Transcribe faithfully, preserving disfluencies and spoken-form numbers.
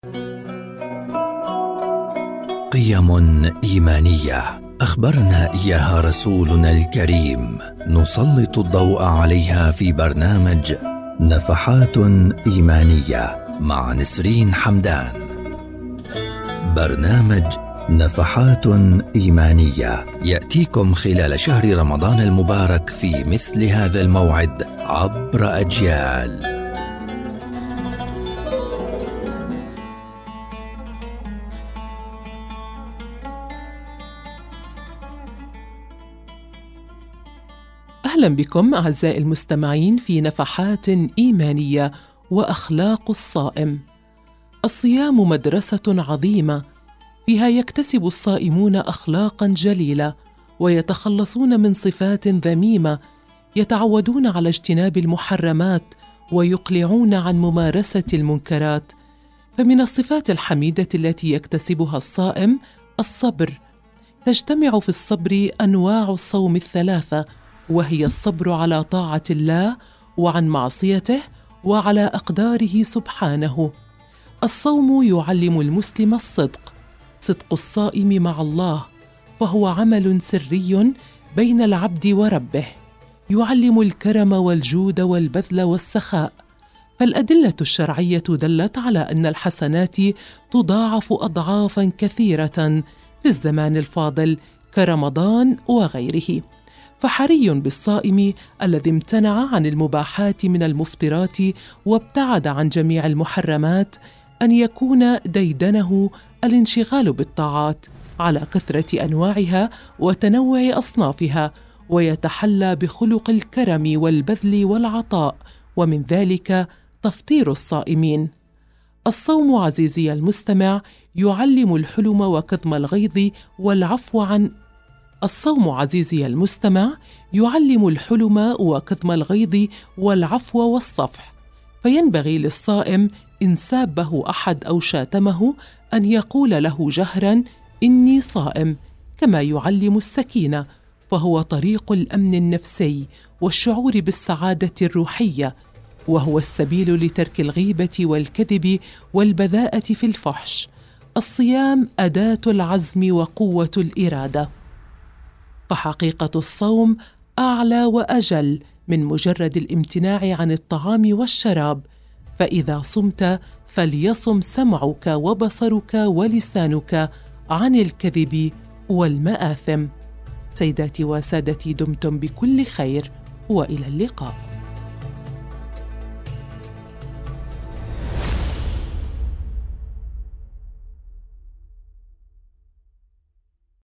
قيم إيمانية أخبرنا إياها رسولنا الكريم، نسلط الضوء عليها في برنامج نفحات إيمانية مع نسرين حمدان. برنامج نفحات إيمانية يأتيكم خلال شهر رمضان المبارك في مثل هذا الموعد عبر أجيال. أهلا بكم أعزائي المستمعين في نفحات إيمانية وأخلاق الصائم. الصيام مدرسة عظيمة فيها يكتسب الصائمون أخلاقا جليلة ويتخلصون من صفات ذميمة، يتعودون على اجتناب المحرمات ويقلعون عن ممارسة المنكرات. فمن الصفات الحميدة التي يكتسبها الصائم الصبر. تجتمع في الصبر أنواع الصوم الثلاثة، وهي الصبر على طاعة الله وعن معصيته وعلى أقداره سبحانه. الصوم يعلم المسلم الصدق، صدق الصائم مع الله، فهو عمل سري بين العبد وربه، يعلم الكرم والجود والبذل والسخاء. فالأدلة الشرعية دلت على أن الحسنات تضاعف أضعافا كثيرة في الزمان الفاضل كرمضان وغيره. فحري بالصائم الذي امتنع عن المباحات من المفطرات وابتعد عن جميع المحرمات أن يكون ديدنه الانشغال بالطاعات على كثرة أنواعها وتنوع أصنافها، ويتحلى بخلق الكرم والبذل والعطاء، ومن ذلك تفطير الصائمين. الصوم عزيزي المستمع يعلم الحلم وكظم الغيظ والعفو عن الصوم عزيزي المستمع يعلم الحلم وكظم الغيظ والعفو والصفح، فينبغي للصائم إن سابه أحد أو شاتمه أن يقول له جهرا إني صائم، كما يعلم السكينة، فهو طريق الأمن النفسي والشعور بالسعادة الروحية، وهو السبيل لترك الغيبة والكذب والبذاءة في الفحش. الصيام أداة العزم وقوة الإرادة، فحقيقة الصوم أعلى وأجل من مجرد الامتناع عن الطعام والشراب. فإذا صمت فليصم سمعك وبصرك ولسانك عن الكذب والمآثم. سيداتي وسادتي، دمتم بكل خير وإلى اللقاء.